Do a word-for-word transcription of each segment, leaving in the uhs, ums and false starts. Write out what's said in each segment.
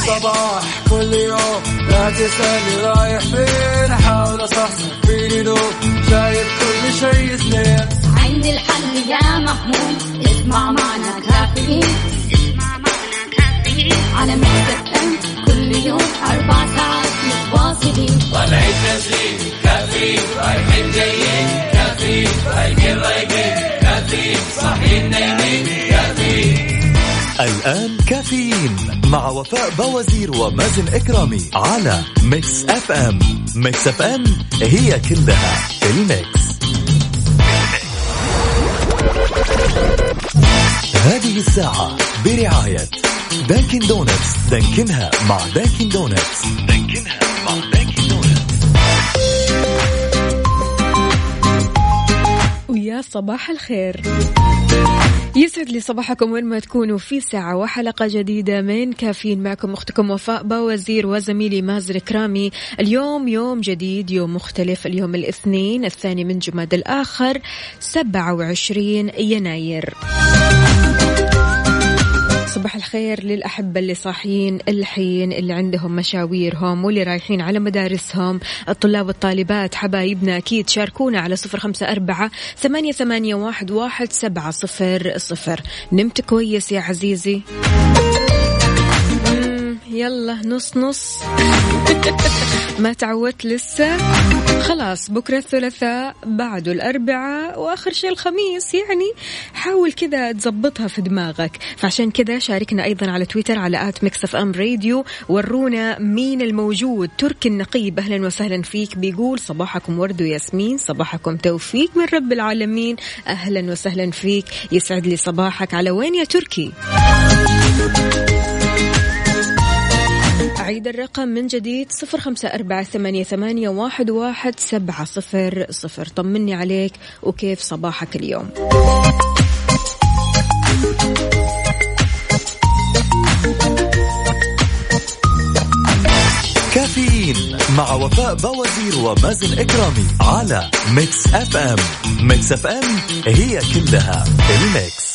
الصباح كل يوم لا تسألني رايح فين أحاول أصحصح فيني لو شايف كل شيء سنين عندي الحل يا محمود اسمع معنا كافيين اسمع معنا كافيين على مكتب كل يوم أربع ساعات متواصلين طلعت نسرين كافيين رايحين جايين كافيين رايقين رايقين كافيين صاحيين نايمين كافيين. الآن كافيين مع وفاء بوازير ومازن إكرامي على ميكس أف أم. ميكس أف أم هي كلها الميكس. هذه الساعة برعاية دانكن دونتس. دانكنها مع دانكن دونتس. دانكنها مع دانكن دونتس. ويا صباح الخير، يسعد لي صباحكم وين ما تكونوا في ساعة وحلقة جديدة من كافيين. معكم أختكم وفاء باوزير وزميلي مازن كرامي. اليوم يوم جديد، يوم مختلف، اليوم الاثنين الثاني من جماد الآخر سبعة وعشرين يناير. صباح الخير للأحبة اللي صاحيين الحين، اللي عندهم مشاويرهم واللي رايحين على مدارسهم، الطلاب والطالبات حبايبنا أكيد شاركونا على صفر خمسة أربعة ثمانية ثمانية واحد واحد سبعة صفر صفر. نمت كويس يا عزيزي؟ يلا نص نص ما تعودت لسه؟ خلاص بكرة الثلاثاء، بعده الأربعاء، وآخر شيء الخميس، يعني حاول كذا تزبطها في دماغك. فعشان كذا شاركنا أيضا على تويتر على آت ميكس أف أم راديو، ورونا مين الموجود. تركي النقيب أهلا وسهلا فيك، بيقول صباحكم ورد وياسمين، صباحكم توفيق من رب العالمين، أهلا وسهلا فيك، يسعد لي صباحك. على وين يا تركي؟ أعيد الرقم من جديد صفر خمسة أربعة ثمانية ثمانية واحد واحد سبعة صفر صفر. طمني عليك وكيف صباحك اليوم. كافيين مع وفاء بوازير ومازن إكرامي على ميكس أف أم. ميكس أف أم هي كلها الميكس.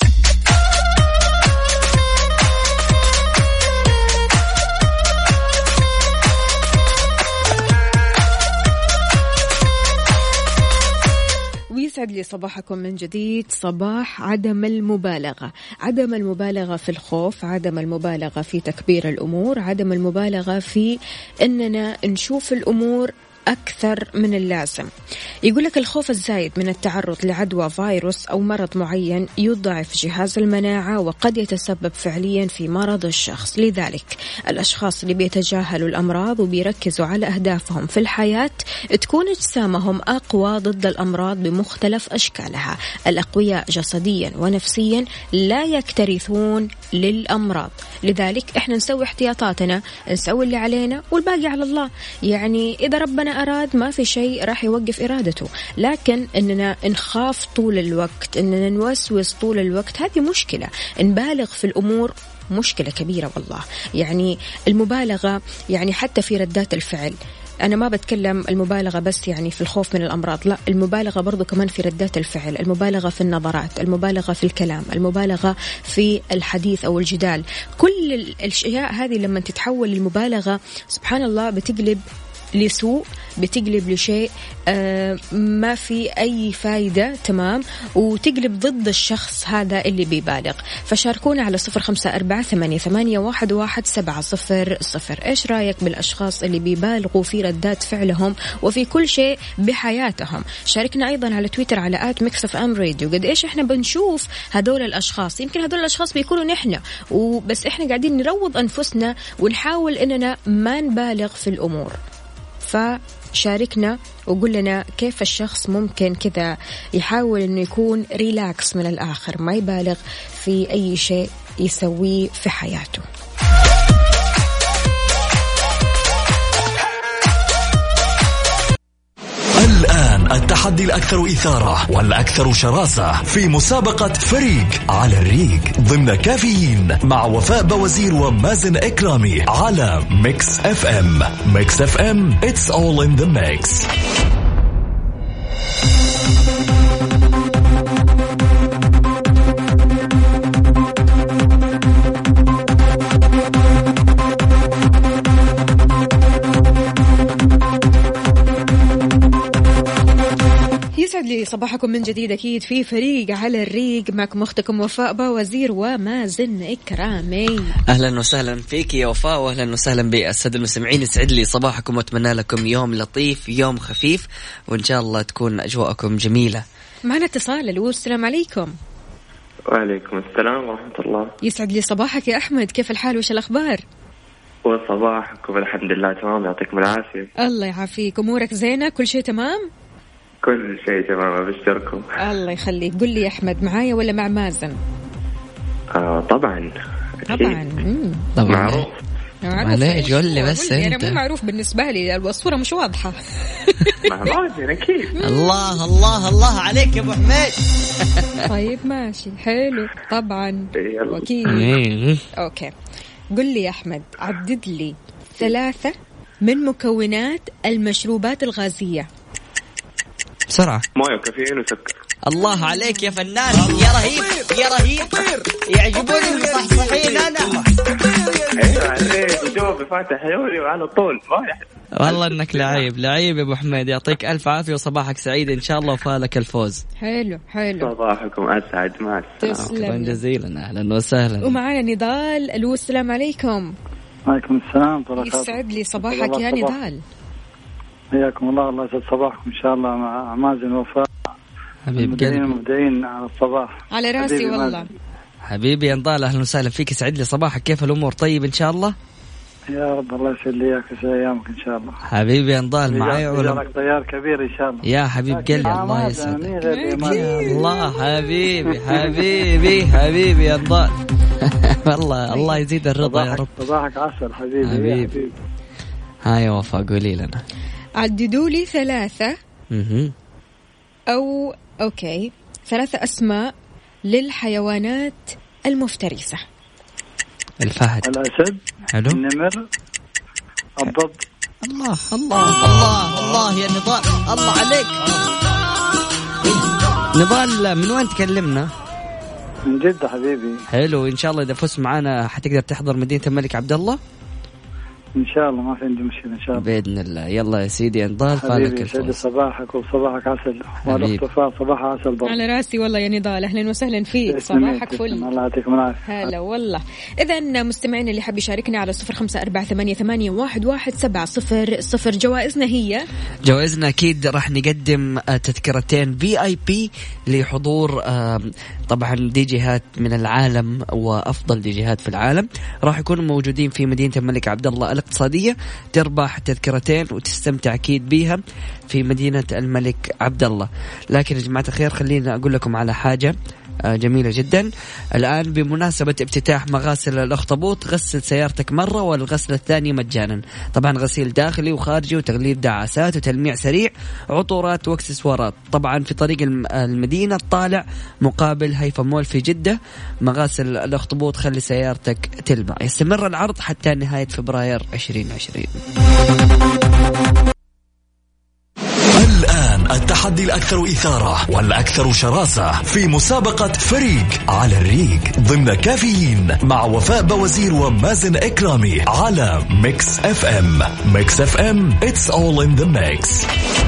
يسعد لي صباحكم من جديد. صباح عدم المبالغة، عدم المبالغة في الخوف، عدم المبالغة في تكبير الأمور، عدم المبالغة في أننا نشوف الأمور أكثر من اللازم. يقول لك الخوف الزايد من التعرض لعدوى فيروس أو مرض معين يضعف جهاز المناعة وقد يتسبب فعليا في مرض الشخص. لذلك الأشخاص اللي بيتجاهلوا الأمراض وبيركزوا على أهدافهم في الحياة تكون أجسامهم أقوى ضد الأمراض بمختلف أشكالها. الأقوياء جسديا ونفسيا لا يكترثون للأمراض. لذلك إحنا نسوي احتياطاتنا، نسوي اللي علينا والباقي على الله. يعني إذا ربنا أراد ما في شيء راح يوقف إرادته، لكن إننا نخاف طول الوقت، إننا نوسوس طول الوقت، هذه مشكلة. نبالغ في الأمور مشكلة كبيرة والله. يعني المبالغة يعني حتى في ردات الفعل، أنا ما بتكلم المبالغة بس يعني في الخوف من الأمراض، لا، المبالغة برضو كمان في ردات الفعل، المبالغة في النظرات، المبالغة في الكلام، المبالغة في الحديث أو الجدال. كل الأشياء هذه لما تتحول للمبالغة سبحان الله بتقلب لسوء، بتقلب لشيء آه ما في أي فايدة، تمام، وتقلب ضد الشخص هذا اللي بيبالغ. فشاركونا على صفر خمسة أربعة ثمانية ثمانية واحد واحد سبعة صفر صفر. إيش رأيك بالأشخاص اللي بيبالغوا في ردات فعلهم وفي كل شيء بحياتهم؟ شاركنا أيضا على تويتر على آت ميكس أف أم راديو. قد إيش إحنا بنشوف هذول الأشخاص، يمكن هذول الأشخاص بيكونوا نحن وبس، إحنا قاعدين نروض أنفسنا ونحاول إننا ما نبالغ في الأمور. فشاركنا وقول لنا كيف الشخص ممكن كذا يحاول إنه يكون ريلاكس من الآخر، ما يبالغ في أي شيء يسويه في حياته. الآن التحدي الأكثر إثارة والأكثر شراسة في مسابقة فريق على الريق ضمن كافيين مع وفاء بوازير ومازن إكرامي على ميكس أف أم. ميكس أف أم It's all in the mix. لي صباحكم من جديد أكيد في فريق على الريق. معكم أختكم وفاء باوزير ومازن إكرامي. أهلا وسهلا فيك يا وفاء، وأهلا وسهلا بالسادة المستمعين. يسعد لي صباحكم وأتمنى لكم يوم لطيف، يوم خفيف، وإن شاء الله تكون أجواءكم جميلة. معنا اتصال. الو السلام عليكم. وعليكم السلام ورحمة الله. يسعد لي صباحك يا أحمد، كيف الحال وش الأخبار؟ وصباحكم الحمد لله تمام، يعطيكم العافية. الله يعافيك، أمورك زينة، كل شيء تمام؟ كل شيء تمام، أبشركم. الله يخليك. قل لي يا أحمد، معايا ولا مع مازن؟ آه طبعا طبعا طبعا معروف. معليش قول لي بس أنا أنت. مو معروف بالنسبة لي، الصورة مش واضحة. مع مازن أكيد. الله الله الله عليك يا أبو حميد. طيب ماشي حلو طبعا أكيد. أوكي قل لي يا أحمد، عدد لي ثلاثة من مكونات المشروبات الغازية بسرعة. مويه وكافيين وسكر. الله عليك يا فنان، يا رهيب يا رهيب، يعجبوني المصحصحين أنا. أيوة عليك، وشوفي فاتح عيوني وعلى طول ما يحب. والله إنك لعيب لعيب يا أبو حميد، يعطيك ألف عافية وصباحك سعيد إن شاء الله وفالك الفوز. حلو حلو. صباحكم أسعد، مع السلامة. شكرا جزيلا، أهلا وسهلا. ومعنا نضال. الو السلام عليكم. وعليكم السلام. يسعد لي صباحك يا نضال. حياكم الله. الله يسعد صباحكم إن شاء الله مع مازن وفاء حبيب قلبي. مبدعين على الصباح. على راسي والله مازن. حبيبي يا نضال، أهلا وسهلا فيك، يسعد لي صباحك. كيف الأمور؟ طيب إن شاء الله. يا رب الله يسعد لي إياك ويسعد أيامك إن شاء الله. حبيبي يا نضال معي ولا طيار كبير إن شاء الله يا حبيب قلبي. الله يسعدك. الله حبيبي حبيبي حبيبي يا نضال. والله الله يزيد الرضا يا رب. صباحك عسل حبيبي حبيبي. حبيبي. هاي وفاء قولي لنا. عددوا لي ثلاثة اها أو أوكي ثلاثة أسماء للحيوانات المفترسة. الفهد، الأسد، حلو، النمر، الضب. الله الله الله الله يا نضال، الله عليك. نضال من وين تكلمنا؟ من جدة حبيبي. حلو، إن شاء الله إذا فزت معنا حتقدر تحضر مدينة الملك عبد الله إن شاء الله، ما في عندي مشكلة إن شاء الله بإذن الله. يلا يا سيدي يا نضال، فالك الفوز. حبيبي صباحك وصباحك عسل، والاختفاء صباح عسل برضه. على راسي والله يا نضال، أهلا وسهلا فيك، صباحك فل. الله يعطيكم العافية. هلا والله. إذا مستمعين اللي حاب يشاركنا على صفر خمسة أربعة ثمانية ثمانية واحد واحد سبعة صفر صفر. جوائزنا هي جوائزنا أكيد راح نقدم تذكرتين في آي بي لحضور طبعا دي جيهات من العالم وأفضل دي جيهات في العالم، راح يكونوا موجودين في مدينة الملك عبد الله الاقتصادية. تربح تذكرتين وتستمتع أكيد بيها في مدينة الملك عبد الله. لكن يا جماعة الخير خلينا أقول لكم على حاجة جميلة جدا الآن بمناسبة افتتاح مغاسل الأخطبوط. غسل سيارتك مرة والغسل الثاني مجانا، طبعا غسيل داخلي وخارجي وتغليف دعاسات وتلميع سريع، عطورات واكسسوارات. طبعا في طريق المدينة الطالع مقابل هيفا مول في جدة. مغاسل الأخطبوط، خلي سيارتك تلمع. يستمر العرض حتى نهاية فبراير عشرين عشرين. الآن التحدي الأكثر إثارة والأكثر شراسة في مسابقة فريق على الريق ضمن كافيين مع وفاء باوزير ومازن إكرامي على ميكس اف ام. ميكس اف ام it's all in the mix.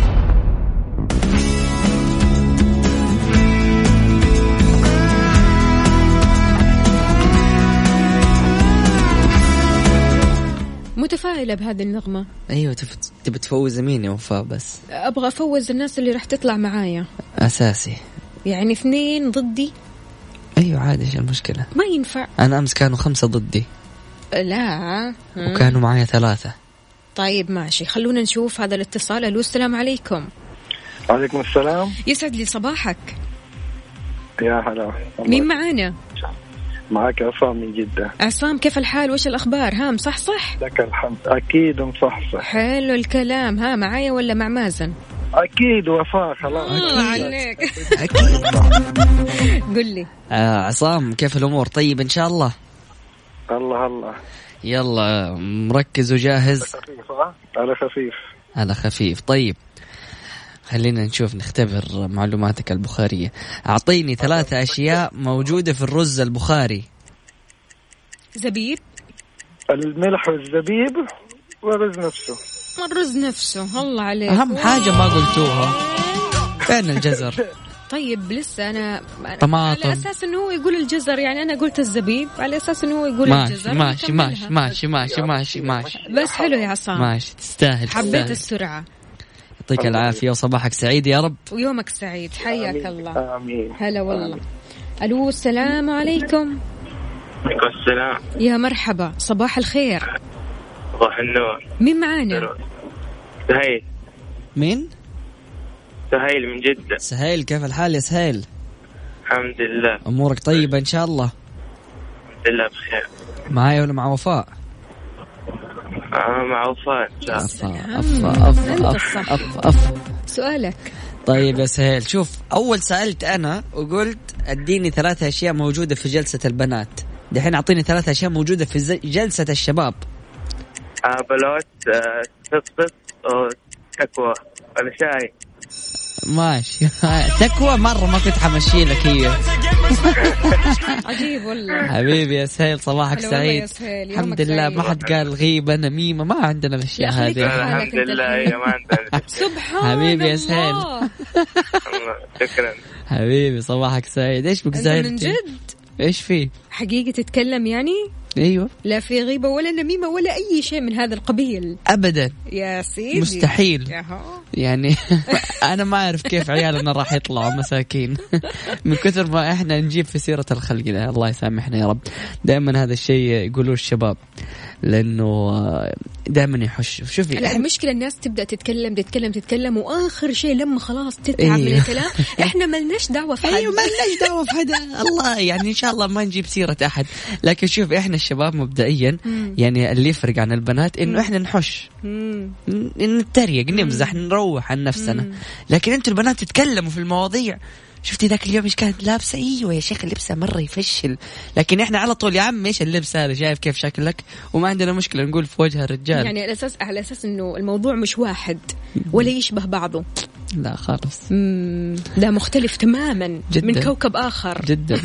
متفائلة بهذه النغمة. أيوة، تبي تفوز مين يا وفاء؟ بس أبغى أفوز الناس اللي راح تطلع معايا أساسي، يعني اثنين ضدي. أيوة عادي، إيش المشكلة؟ ما ينفع. أنا أمس كانوا خمسة ضدي. لا وكانوا معايا ثلاثة. طيب ماشي، خلونا نشوف هذا الاتصال. ألو السلام عليكم. وعليكم السلام. يسعد لي صباحك. يا هلا. مين معانا؟ معك عصام من جدة. عصام كيف الحال وش الأخبار؟ هام صح صح لك الحمد. أكيد مصحصح. حلو الكلام. ها معايا ولا مع مازن؟ أكيد وفاء خلاص. الله عليك. أكيد. قل لي آه عصام كيف الأمور؟ طيب إن شاء الله. الله الله. يلا مركز وجاهز؟ على خفيف. على خفيف. طيب خلينا نشوف نختبر معلوماتك البخارية. أعطيني ثلاثة أشياء موجودة في الرز البخاري. زبيب، الملح والزبيب والرز نفسه. الرز نفسه. الله عليك. أهم حاجة ما قلتوها. فين الجزر؟ طيب لسه أنا طماطم. على أساس إنه هو يقول الجزر، يعني أنا قلت الزبيب على أساس إنه هو يقول ماشي الجزر. ماشي ماشي ماشي ماشي ماشي ماشي بس حلو يا عصام، ماشي تستاهل. حبيت تستاهل. السرعة. يعطيك العافية وصباحك سعيد يا رب. ويومك سعيد، حياك الله. آمين. هلا والله. ألو السلام عليكم. عليكم السلام. يا مرحبا، صباح الخير. صباح النور. مين معانا؟ سهيل. مين؟ سهيل من جدة. سهيل، كيف الحال يا سهيل؟ الحمد لله. أمورك طيبة إن شاء الله؟ الحمد لله بخير. معايا ولا مع وفاء؟ آه مع وفاء. أفا أفا أفا أفا أفا أفا. سؤالك. طيب يا سهيل، شوف، أول سألت أنا وقلت أديني ثلاثة أشياء موجودة في جلسة البنات، دحين أعطيني ثلاثة أشياء موجودة في جلسة الشباب. آه بلوت، آه فطفط، وتكوى ولا شاي. ماشي. تكوى مرة ما كنت حمشي لك هي. عجيب والله. حبيبي يا سهيل، صباحك سعيد. الحمد لله ما حد قال غيبة نميمة، ما عندنا الأشياء هذه. الحمد لله هي ما عندنا. سبحان حبيبي يا سهيل. شكرا حبيبي، صباحك سعيد. ايش بك زايد من جد؟ ايش فيه؟ حقيقة تتكلم يعني؟ ايوه، لا في غيبة ولا نميمة ولا أي شيء من هذا القبيل أبدا يا سيدي، مستحيل. ياهو. يعني أنا ما أعرف كيف عيالنا راح يطلعوا مساكين من كثر ما إحنا نجيب في سيرة الخلق ده. الله يسامحنا يا رب. دائما هذا الشيء يقولوه الشباب، لأنه دائما يحش. شوفي، لا المشكلة الناس تبدأ تتكلم تتكلم تتكلم وآخر شيء لما خلاص تتعب من الكلام إحنا ملناش دعوة في حد. أيوة ملناش دعوة في حدا. الله يعني إن شاء الله ما نجيب سيرة أحد، لكن شوف إحنا الشباب مبدئيا يعني اللي يفرق عن البنات إنه إحنا نحش، نتريق، نمزح، نروح عن نفسنا. لكن أنتوا البنات تتكلموا في المواضيع. شفتي ذاك اليوم ايش كانت لابسه؟ ايوه يا شيخ اللبسه مره يفشل. لكن احنا على طول يا عم ايش اللبس هذا، شايف كيف شكلك، وما عندنا مشكله نقول في وجه الرجال. يعني على اساس على اساس انه الموضوع مش واحد ولا يشبه بعضه. لا خالص، ده مختلف تماما جداً. من كوكب اخر جدا.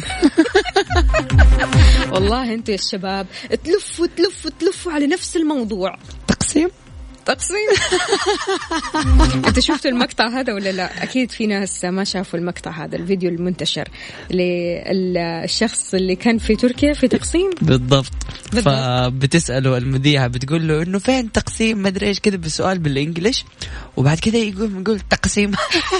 والله انتوا يا الشباب تلفوا تلفوا تلفوا على نفس الموضوع. تقسيم تقسيم. انت شفتوا المقطع هذا ولا لا؟ اكيد في ناس ما شافوا المقطع هذا، الفيديو المنتشر للشخص اللي كان في تركيا في تقسيم. بالضبط, بالضبط. فبتسأله المذيعة بتقول له انه فين تقسيم ما ادري ايش كذا بسؤال بالانجليش، وبعد كذا يقول يقول تقسيم.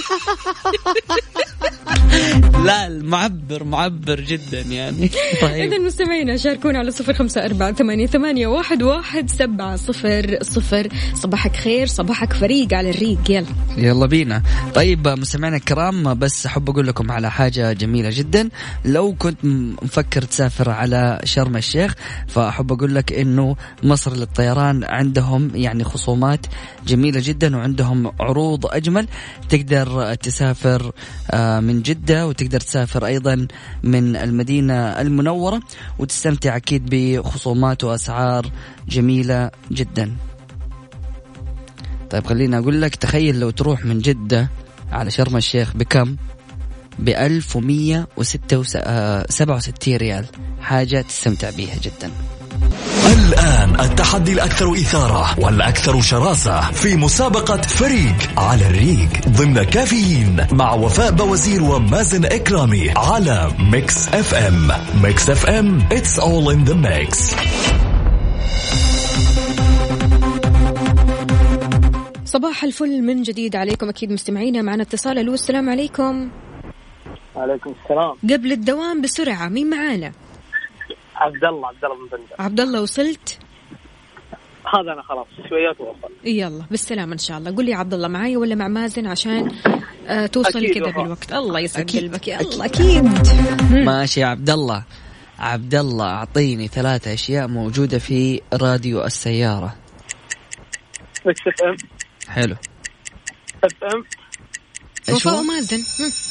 لا معبر معبر جدا يعني. طيب. إذا مستمعينا شاركونا على صفر خمسة أربعة ثمانية ثمانية واحد واحد سبعة صفر صفر. صباحك خير، صباحك فريق على الريق. يلا يلا بينا. طيب مستمعينا الكرام، بس أحب أقول لكم على حاجة جميلة جدا. لو كنت مفكر تسافر على شرم الشيخ، فأحب أقول لك إنه مصر للطيران عندهم يعني خصومات جميلة جدا، وعندهم عروض أجمل. تقدر تسافر من جدة، وتقدر تسافر أيضا من المدينة المنورة، وتستمتع أكيد بخصومات وأسعار جميلة جدا. طيب خلينا أقول لك، تخيل لو تروح من جدة على شرم الشيخ بكم؟ بألف ومية وسبعة وستين ريال. حاجة تستمتع بيها جدا. الآن التحدي الأكثر إثارة والأكثر شراسة في مسابقة فريق على الريق ضمن كافيين مع وفاء بوزير ومازن إكرامي على ميكس اف ام. ميكس اف ام it's all in the mix. صباح الفل من جديد عليكم أكيد مستمعينا. معنا اتصال. ألو السلام عليكم. عليكم السلام. قبل الدوام بسرعة، مين معانا؟ عبد الله. عبد الله من بندر. عبد الله وصلت؟ هذا أنا خلاص شويات وصل. يلا بالسلامة إن شاء الله. قل لي عبد الله معايا ولا مع مازن عشان آه توصل كذا بالوقت؟ الله يسعد قلبك يا الله. أكيد ماشي يا عبد الله. عبد الله أعطيني ثلاثة أشياء موجودة في راديو السيارة. ميكس اف ام. حلو. اف ام. وفاء ومازن.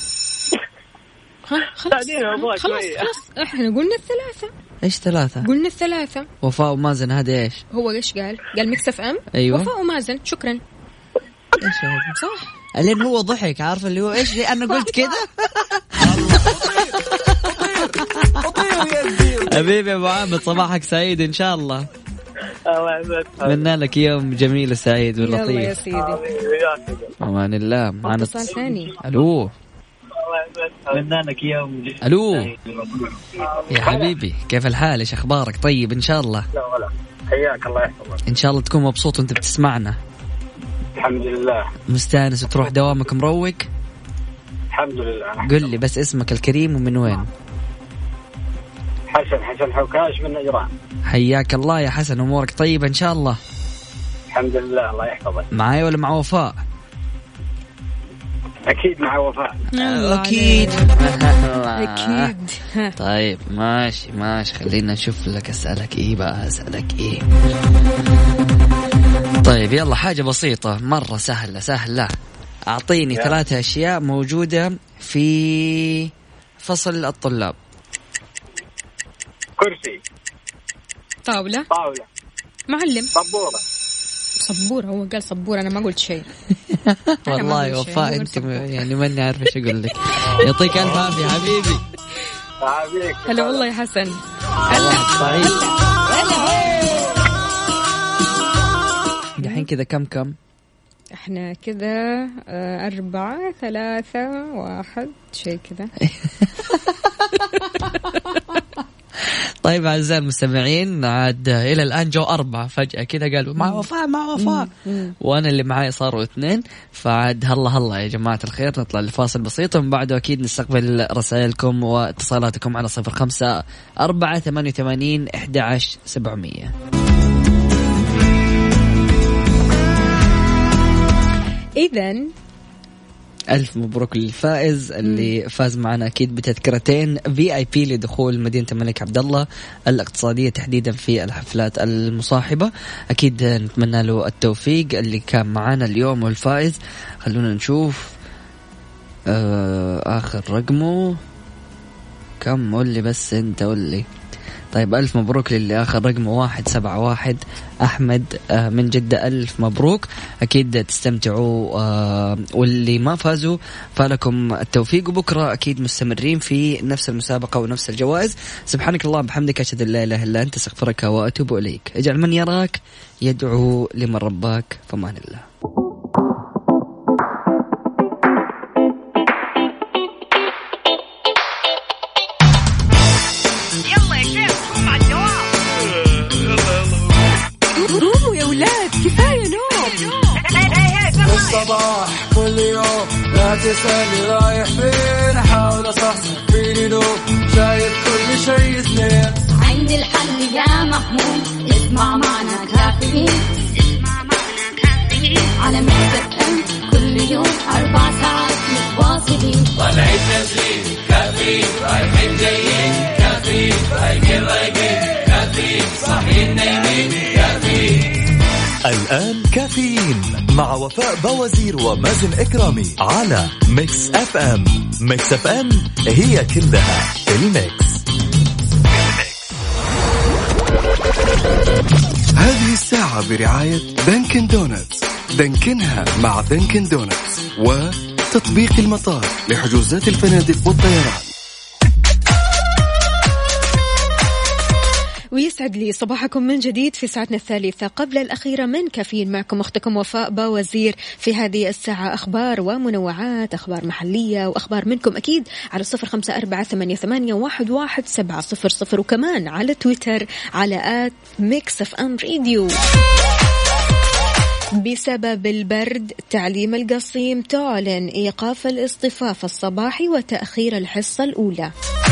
ها خلاص خلاص خلاص احنا قلنا الثلاثة. ايش ثلاثة؟ قلنا الثلاثة. وفاء ومازن. هذا ايش؟ هو ايش قال؟ قال ميكس اف ام. ايوه وفاء ومازن. شكرا. ايش هذا؟ صح. لين هو ضحك، عارف اللي هو ايش انا قلت كذا. حبيبي ابو عامر، صباحك سعيد ان شاء الله. أتمنى لك يوم جميل وسعيد يلا يا ولطيف. سيدي. أمان الله. معنا اتصال ثاني. ألو. أتمنى لك يوم جميل. ألو يا حبيبي، كيف الحال؟ إيش أخبارك؟ طيب إن شاء الله. لا ولا حياك الله يحفظك. إن شاء الله تكون مبسوط وأنت بتسمعنا. الحمد لله. مستانس وتروح دوامك مروق؟ الحمد لله. قل لي بس اسمك الكريم ومن وين؟ حسن حسن حوكاش من نجران. حياك الله يا حسن، أمورك طيبة إن شاء الله؟ الحمد لله الله يحفظك. معاي ولا مع وفاء؟ أكيد مع وفاء. أكيد أكيد. طيب ماشي ماشي، خلينا نشوف لك أسألك إيه بقى، أسألك إيه. طيب يلا، حاجة بسيطة مرة سهلة سهلة. أعطيني يا. ثلاثة أشياء موجودة في فصل الطلاب. كرسي. طاولة. طاولة. معلم. صبورة. صبورة، هو قال صبورة، أنا ما قلت شيء. والله وفاء أنت يعني ماني عارف إيش أقول لك. يعطيك ألف عافية حبيبي. حبيبك. هلا والله يا حسن. هلا سعيد. دحين كذا كم كم؟ احنا كذا أربعة ثلاثة واحد شيء كذا. طيب أعزائي المستمعين، عاد إلى الآن جو أربعة، فجأة كذا قالوا مع وفاء مع وفاء، وأنا اللي معاي صاروا اثنين، فعاد هلا هلا يا جماعة الخير. نطلع لفاصل بسيط ومن بعده أكيد نستقبل رسائلكم واتصالاتكم على صفر خمسة أربعة ثمانية ثمانين أحد عشر سبعمية. إذن ألف مبروك للفائز اللي فاز معنا أكيد بتذكرتين في آي بي لدخول مدينة الملك عبدالله الاقتصادية تحديدا في الحفلات المصاحبة. أكيد نتمنى له التوفيق اللي كان معنا اليوم والفائز. خلونا نشوف آخر رقمه كم، قول لي بس أنت قول لي. طيب ألف مبروك للي آخر رقمه واحد سبعة واحد أحمد من جدة، ألف مبروك. أكيد تستمتعوا، واللي ما فازوا فلكم التوفيق، وبكرة أكيد مستمرين في نفس المسابقة ونفس الجوائز. سبحانك اللهم بحمدك، أشهد أن لا إله إلا أنت، استغفرك وأتوب إليك. اجعل من يراك يدعو لمن رباك، فمان الله. قوموا يا ولاد، كفاية نوم. الصباح كل يوم لا تسألني رايح فين، أحاول أصحصح فيني لو شايف كل شيء سنين. عندي الحل يا محمود، اسمع معنا كافيين، اسمع معنا كافيين على مكتب أم كل يوم أربع ساعات متواصلين. طلعت نازلين كافيين، رايحين جايين كافيين، رايقين رايقين كافيين، صاحيين نايمين كافيين. الآن كافيين مع وفاء بوازير ومازن إكرامي على ميكس أف أم. ميكس أف أم هي كلها الميكس. هذه الساعة برعاية دانكن دونتس، دانكنها مع دانكن دونتس، وتطبيق المطار لحجوزات الفنادق والطيران. ويسعد لي صباحكم من جديد في ساعتنا الثالثة قبل الأخيرة من كافيين، معكم أختكم وفاء باوزير. في هذه الساعة أخبار ومنوعات، أخبار محلية وأخبار منكم أكيد على صفر خمسة أربعة ثمانية ثمانية واحد واحد سبعة صفر صفر، وكمان على تويتر على آت ميكس أف أم راديو. بسبب البرد تعليم القصيم تعلن إيقاف الاصطفاف الصباحي وتأخير الحصة الأولى.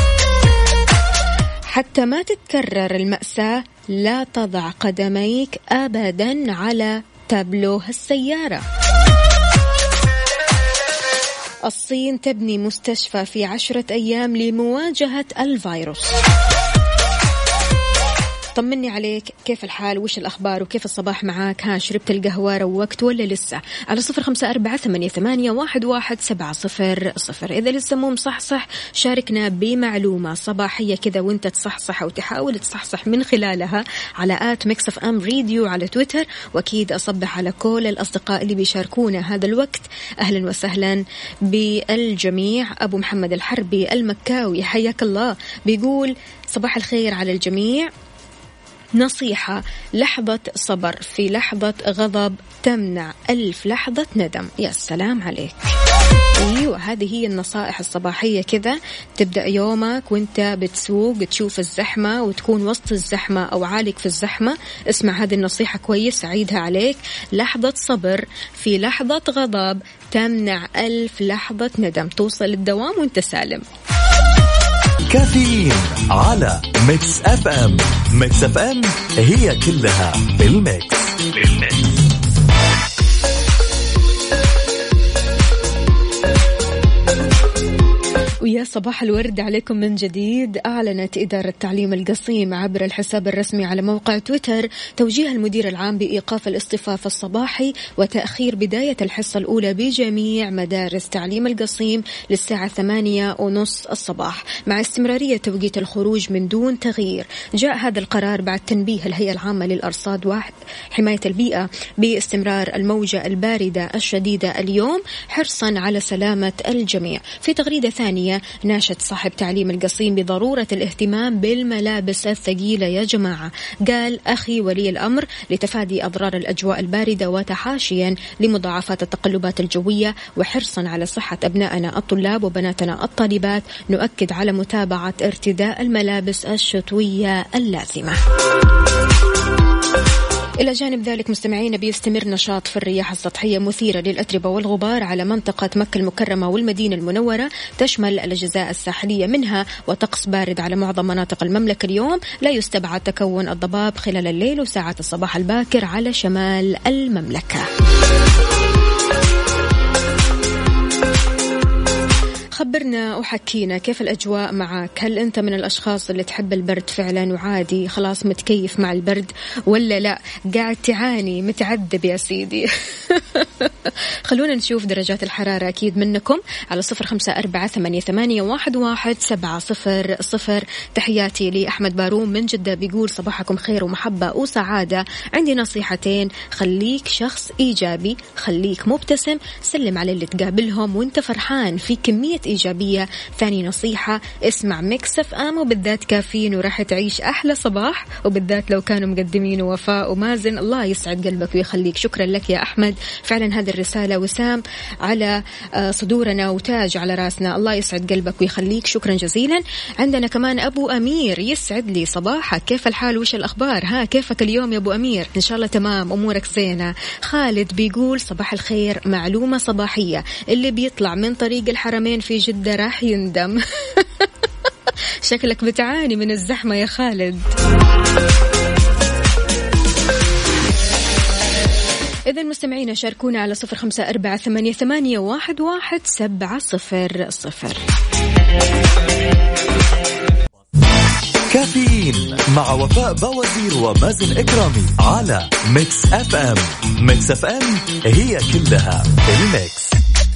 حتى ما تتكرر المأساة لا تضع قدميك أبدا على تابلو السيارة. الصين تبني مستشفى في عشرة أيام لمواجهة الفيروس. طمني عليك، كيف الحال وش الأخبار وكيف الصباح معاك؟ ها شربت القهوة روقت ولا لسه؟ على صفر خمسة أربعة ثمانية ثمانية واحد واحد سبعة صفر صفر. إذا لسه مو مصحصح شاركنا بمعلومة صباحية كذا وانت تصحصح أو تحاول تصحصح من خلالها على آت ميكس أف أم راديو على تويتر. وأكيد أصبح على كل الأصدقاء اللي بيشاركونا هذا الوقت، أهلا وسهلا بالجميع. أبو محمد الحربي المكاوي حياك الله، بيقول صباح الخير على الجميع. نصيحة: لحظة صبر في لحظة غضب تمنع ألف لحظة ندم. يا سلام عليك. أيوة، هذه هي النصائح الصباحية كذا تبدأ يومك وانت بتسوق تشوف الزحمة وتكون وسط الزحمة أو عالق في الزحمة. اسمع هذه النصيحة كويس، أعيدها عليك: لحظة صبر في لحظة غضب تمنع ألف لحظة ندم. توصل الدوام وانت سالم. كافيين على ميكس اف ام. ميكس اف ام هي كلها بالميكس. بالميكس. ويا صباح الورد عليكم من جديد. أعلنت إدارة تعليم القصيم عبر الحساب الرسمي على موقع تويتر توجيه المدير العام بإيقاف الاصطفاف الصباحي وتأخير بداية الحصة الأولى بجميع مدارس تعليم القصيم للساعة ثمانية ونص الصباح مع استمرارية توقيت الخروج من دون تغيير. جاء هذا القرار بعد تنبيه الهيئة العامة للأرصاد وحماية البيئة باستمرار الموجة الباردة الشديدة اليوم حرصا على سلامة الجميع. في تغريدة ثانية ناشد صاحب تعليم القصيم بضرورة الاهتمام بالملابس الثقيلة يا جماعة. قال: أخي ولي الأمر، لتفادي أضرار الأجواء الباردة وتحاشيا لمضاعفات التقلبات الجوية وحرصا على صحة أبنائنا الطلاب وبناتنا الطالبات، نؤكد على متابعة ارتداء الملابس الشتوية اللازمة. إلى جانب ذلك مستمعين بيستمر نشاط في الرياح السطحية مثيرة للأتربة والغبار على منطقة مكة المكرمة والمدينة المنورة، تشمل الأجزاء الساحلية منها، وطقس بارد على معظم مناطق المملكة اليوم. لا يستبعد تكون الضباب خلال الليل وساعات الصباح الباكر على شمال المملكة. خبرنا وحكينا كيف الأجواء معك. هل أنت من الأشخاص اللي تحب البرد فعلا وعادي خلاص متكيف مع البرد، ولا لا قاعد تعاني متعذب يا سيدي؟ خلونا نشوف درجات الحرارة أكيد منكم على صفر خمسة أربعة ثمانية ثمانية واحد واحد سبعة صفر صفر. تحياتي لأحمد باروم من جدة، بيقول: صباحكم خير ومحبة وسعادة. عندي نصيحتين: خليك شخص إيجابي، خليك مبتسم، سلم على اللي تقابلهم وانت فرحان، في كمية إيجابية. ثاني نصيحة: اسمع ميكس اف ام وبالذات كافيين وراح تعيش أحلى صباح، وبالذات لو كانوا مقدمين وفاء ومازن. الله يسعد قلبك ويخليك. شكرا لك يا أحمد، فعلا هذه الرسالة وسام على صدورنا وتاج على راسنا. الله يسعد قلبك ويخليك، شكرا جزيلا. عندنا كمان أبو أمير: يسعد لي صباحك، كيف الحال وش الأخبار؟ ها كيفك اليوم يا أبو أمير؟ إن شاء الله تمام، أمورك زينة. خالد بيقول: صباح الخير، معلومة صباحية، اللي بيطلع من طريق الحرمين في جدة راح يندم. شكلك بتعاني من الزحمة يا خالد. إذا مستمعينا شاركونا على صفر خمسة أربعة ثمانية ثمانية واحد واحد سبعة صفر صفر. كافيين مع وفاء بوازير ومازن إكرامي على ميكس اف ام. ميكس اف ام هي كلها الميكس.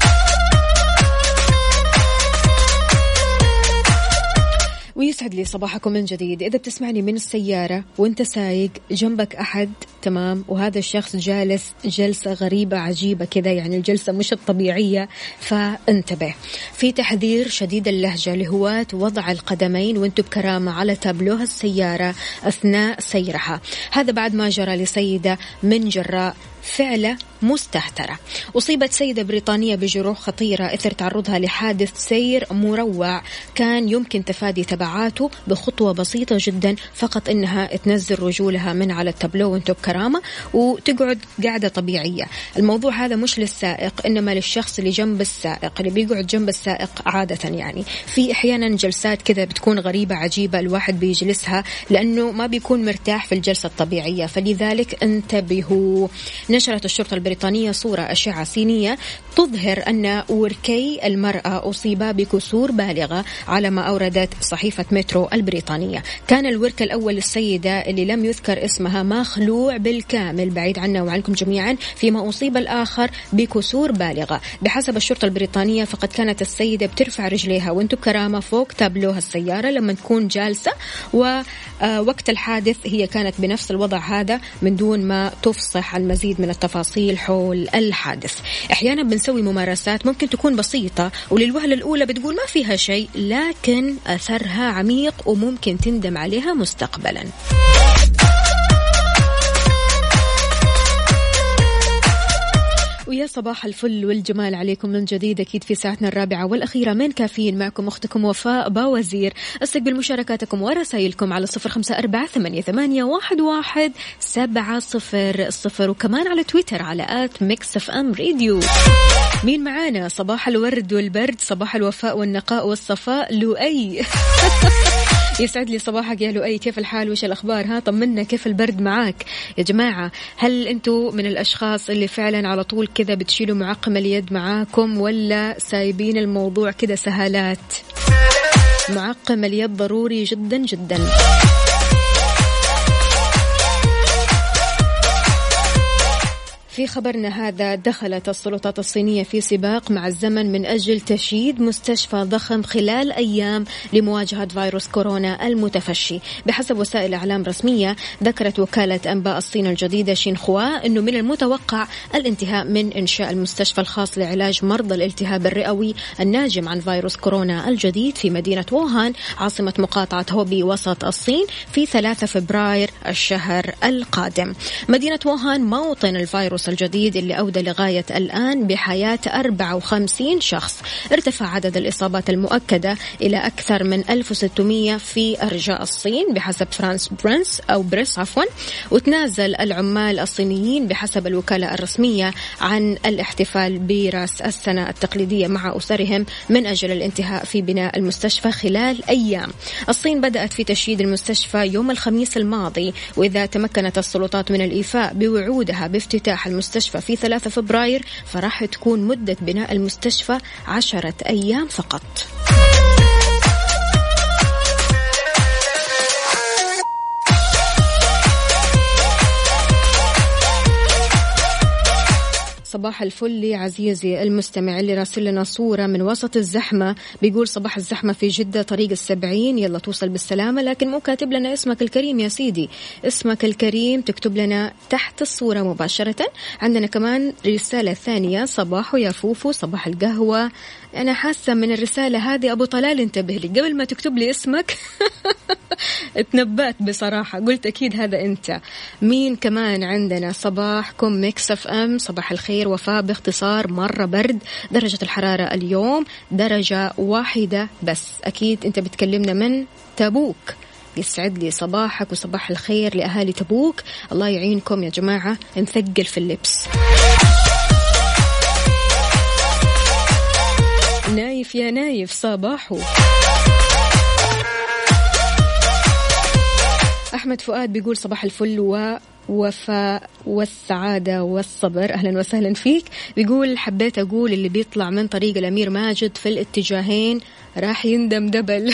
ويسعد لي صباحكم من جديد. إذا بتسمعني من السيارة وانت سايق جنبك أحد تمام وهذا الشخص جالس جلسة غريبة عجيبة كذا، يعني الجلسة مش الطبيعية، فانتبه. في تحذير شديد اللهجة لهواة وضع القدمين وانتم بكرامة على تابلوه السيارة أثناء سيرها. هذا بعد ما جرى لسيدة من جراء فعلة مستهترة. أصيبت سيدة بريطانية بجروح خطيرة إثر تعرضها لحادث سير مروع كان يمكن تفادي تبعاته بخطوة بسيطة جدا، فقط إنها تنزل رجولها من على التابلو وانتو بكرامة وتقعد قاعدة طبيعية. الموضوع هذا مش للسائق إنما للشخص اللي جنب السائق، اللي بيقعد جنب السائق عادة. يعني في أحيانا جلسات كذا بتكون غريبة عجيبة الواحد بيجلسها لأنه ما بيكون مرتاح في الجلسة الطبيعية، فلذلك انتبهوا. نشرت الشرطة البريطانية صورة أشعة سينية تظهر أن وركي المرأة أصيبا بكسور بالغة على ما أوردت صحيفة مترو البريطانية. كان الورك الأول السيدة اللي لم يذكر اسمها مخلوع بالكامل بعيد عنا وعنكم جميعا، فيما أصيب الآخر بكسور بالغة. بحسب الشرطة البريطانية فقد كانت السيدة بترفع رجليها وانتو بكرامة فوق تابلوها السيارة لما تكون جالسة، ووقت الحادث هي كانت بنفس الوضع هذا من دون ما تفصح المزيد من التفاصيل حول الحادث. احيانا بنسوي ممارسات ممكن تكون بسيطة وللوهلة الأولى بتقول ما فيها شيء، لكن أثرها عميق وممكن تندم عليها مستقبلا. صباح الفل والجمال عليكم من جديد أكيد في ساعتنا الرابعة والأخيرة من كافيين. معكم أختكم وفاء باوزير. استقبل مشاركاتكم ورسائلكم على صفر خمسة أربعة ثمانية ثمانية واحد واحد سبعة صفر صفر، وكمان على تويتر على آت ميكس اف ام راديو. مين معانا؟ صباح الورد والبرد، صباح الوفاء والنقاء والصفاء، لؤي. يسعد لي صباحك يا لؤي، كيف الحال وش الأخبار؟ ها طمنا، كيف البرد معاك يا جماعة؟ هل أنتوا من الأشخاص اللي فعلا على طول كذا بتشيلوا معقم اليد معاكم، ولا سايبين الموضوع كذا سهالات؟ معقم اليد ضروري جدا جدا. في خبرنا هذا، دخلت السلطات الصينية في سباق مع الزمن من أجل تشييد مستشفى ضخم خلال أيام لمواجهة فيروس كورونا المتفشي. بحسب وسائل إعلام رسمية، ذكرت وكالة أنباء الصين الجديدة شينخوا أنه من المتوقع الانتهاء من إنشاء المستشفى الخاص لعلاج مرضى الالتهاب الرئوي الناجم عن فيروس كورونا الجديد في مدينة ووهان عاصمة مقاطعة هوبي وسط الصين في ثلاثة فبراير الشهر القادم. مدينة ووهان موطن الفيروس الجديد اللي أودى لغاية الآن بحياة أربعة وخمسين شخص. ارتفع عدد الإصابات المؤكدة إلى أكثر من ألف وستمائة في أرجاء الصين بحسب فرانس برنس أو بريس عفوا. وتنازل العمال الصينيين بحسب الوكالة الرسمية عن الاحتفال برأس السنة التقليدية مع أسرهم من أجل الانتهاء في بناء المستشفى خلال أيام. الصين بدأت في تشييد المستشفى يوم الخميس الماضي، وإذا تمكنت السلطات من الإيفاء بوعودها بافتتاح المستشفى في ثلاثة فبراير فراح تكون مدة بناء المستشفى عشرة أيام فقط. صباح الفل عزيزي المستمع اللي راسل لنا صورة من وسط الزحمة، بيقول صباح الزحمة في جدة طريق السبعين، يلا توصل بالسلامة، لكن مو كاتب لنا اسمك الكريم يا سيدي. اسمك الكريم تكتب لنا تحت الصورة مباشرة. عندنا كمان رسالة ثانية، صباح يا فوفو، صباح القهوة. أنا حاسة من الرسالة هذه أبو طلال انتبه لي قبل ما تكتب لي اسمك. اتنبأت بصراحة، قلت أكيد هذا أنت. مين كمان عندنا؟ صباحكم ميكس اف ام، صباح الخير وفاء. باختصار مرة برد، درجة الحرارة اليوم درجة واحدة بس. أكيد أنت بتكلمنا من تبوك. يسعد لي صباحك وصباح الخير لأهالي تبوك، الله يعينكم يا جماعة، نثقل في اللبس. نايف يا نايف صباحو. أحمد فؤاد بيقول صباح الفل ووفاء والسعادة والصبر، أهلا وسهلا فيك. بيقول حبيت أقول اللي بيطلع من طريق الأمير ماجد في الاتجاهين راح يندم دبل.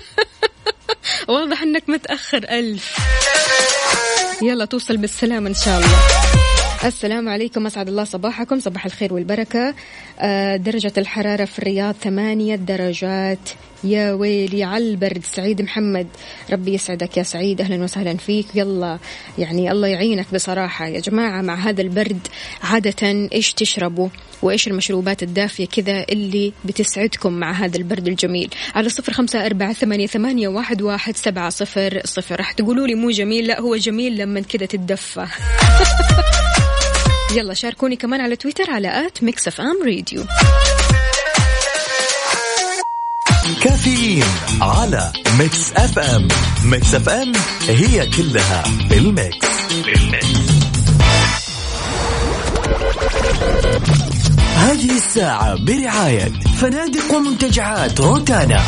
واضح أنك متأخر ألف، يلا توصل بالسلامة إن شاء الله. السلام عليكم، أسعد الله صباحكم، صباح الخير والبركة. درجة الحرارة في الرياض ثمانية درجات. يا ويلي على البرد. سعيد محمد، ربي يسعدك يا سعيد، أهلا وسهلا فيك. يلا يعني الله يعينك بصراحة يا جماعة مع هذا البرد. عادة إيش تشربوا وإيش المشروبات الدافية كذا اللي بتسعدكم مع هذا البرد الجميل؟ على صفر خمسة أربعة ثمانية ثمانية واحد واحد سبعة صفر صفر. راح تقولوا لي مو جميل، لا هو جميل لما كذا تتدفى. يلا شاركوني كمان على تويتر على آت ميكس اف ام راديو. كافيين على ميكس اف ام. ميكس اف ام هي كلها بالميكس. هذه الساعة برعاية فنادق ومنتجعات روتانا.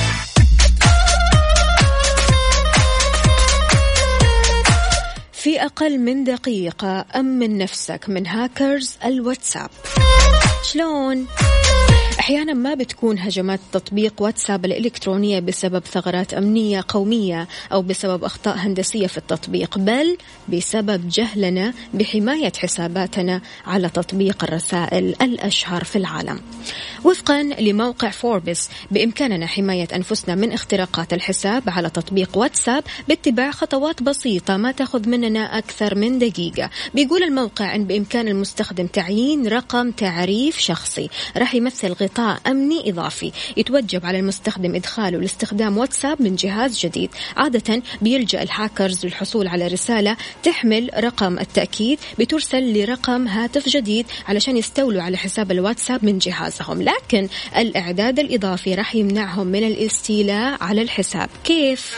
في أقل من دقيقة أمن نفسك من هاكرز الواتساب. شلون؟ أحيانا ما بتكون هجمات تطبيق واتساب الإلكترونية بسبب ثغرات أمنية قومية أو بسبب أخطاء هندسية في التطبيق، بل بسبب جهلنا بحماية حساباتنا على تطبيق الرسائل الأشهر في العالم. وفقا لموقع فوربس بإمكاننا حماية أنفسنا من اختراقات الحساب على تطبيق واتساب باتباع خطوات بسيطة ما تأخذ مننا أكثر من دقيقة. بيقول الموقع أن بإمكان المستخدم تعيين رقم تعريف شخصي راح يمثل غطاء أمني إضافي يتوجب على المستخدم إدخاله لاستخدام واتساب من جهاز جديد. عادة بيلجأ الهاكرز للحصول على رسالة تحمل رقم التأكيد بترسل لرقم هاتف جديد علشان يستولوا على حساب الواتساب من جهازهم، لكن الإعداد الإضافي راح يمنعهم من الاستيلاء على الحساب. كيف؟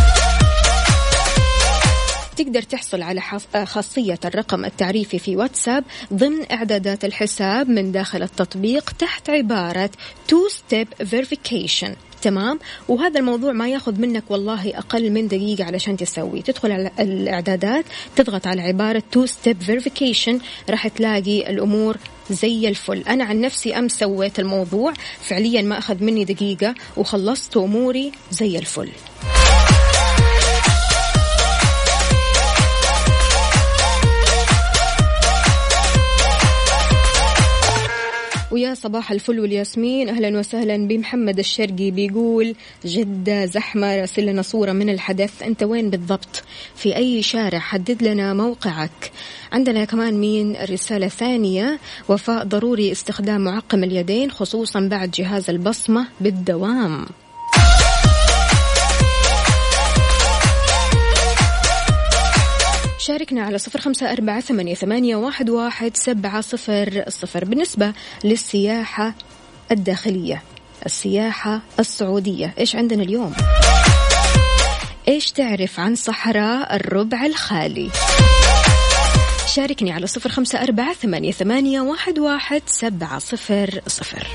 تقدر تحصل على خاصية الرقم التعريفي في واتساب ضمن إعدادات الحساب من داخل التطبيق تحت عبارة two step verification. تمام، وهذا الموضوع ما ياخذ منك والله أقل من دقيقة علشان تسوي. تدخل على الإعدادات، تضغط على عبارة two step verification، راح تلاقي الأمور زي الفل. أنا عن نفسي أمس سويت الموضوع فعليا ما أخذ مني دقيقة وخلصت أموري زي الفل. ويا صباح الفل والياسمين، أهلا وسهلا بمحمد الشرقي، بيقول جدة زحمة، راسل لنا صورة من الحدث. أنت وين بالضبط؟ في أي شارع؟ حدد لنا موقعك. عندنا كمان مين رسالة ثانية، وفاء ضروري استخدام معقم اليدين خصوصا بعد جهاز البصمة بالدوام. شاركنا على صفر خمسة أربعة ثمانية ثمانية واحد واحد سبعة صفر صفر. بالنسبة للسياحة الداخلية، السياحة السعودية، إيش عندنا اليوم؟ إيش تعرف عن صحراء الربع الخالي؟ شاركني على صفر خمسة أربعة ثمانية ثمانية واحد واحد سبعة صفر صفر.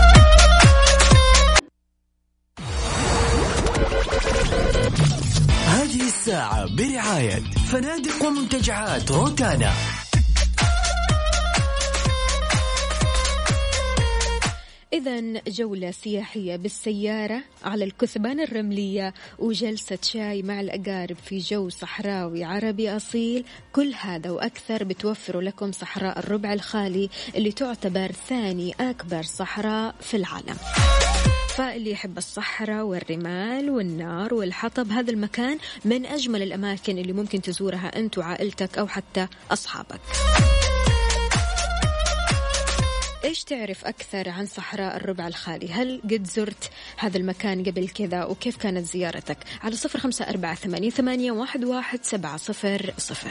هذه الساعة برعاية فنادق ومنتجعات روتانا. إذن جولة سياحية بالسيارة على الكثبان الرملية وجلسة شاي مع الأقارب في جو صحراوي عربي أصيل، كل هذا وأكثر بتوفر لكم صحراء الربع الخالي اللي تعتبر ثاني أكبر صحراء في العالم. فاللي يحب الصحراء والرمال والنار والحطب، هذا المكان من أجمل الأماكن اللي ممكن تزورها أنت وعائلتك أو حتى أصحابك. إيش تعرف أكثر عن صحراء الربع الخالي؟ هل قد زرت هذا المكان قبل كذا؟ وكيف كانت زيارتك؟ على صفر خمسة أربعة ثمانية ثمانية واحد واحد سبعة صفر صفر.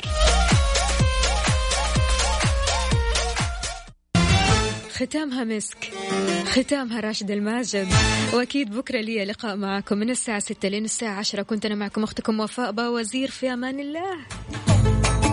ختامها مسك، ختامها راشد الماجد، وأكيد بكرة لي لقاء معكم من الساعة ستة لين الساعة عشرة. كنت أنا معكم أختكم وفاء باوزير، في أمان الله.